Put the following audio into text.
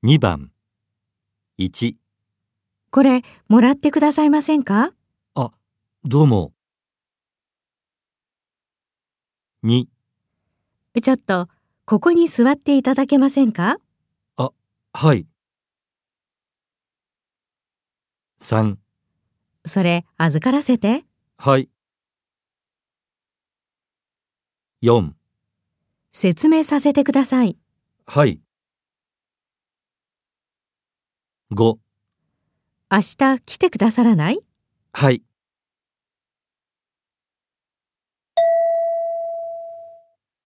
2番。1。 これ、もらってくださいませんか？ あ、どうも。2。 ちょっと、ここに座っていただけませんか？ あ、はい。3。 それ、預からせて。 はい。4。 説明させてください。 はい。5。 明日来てくださらない？ はい。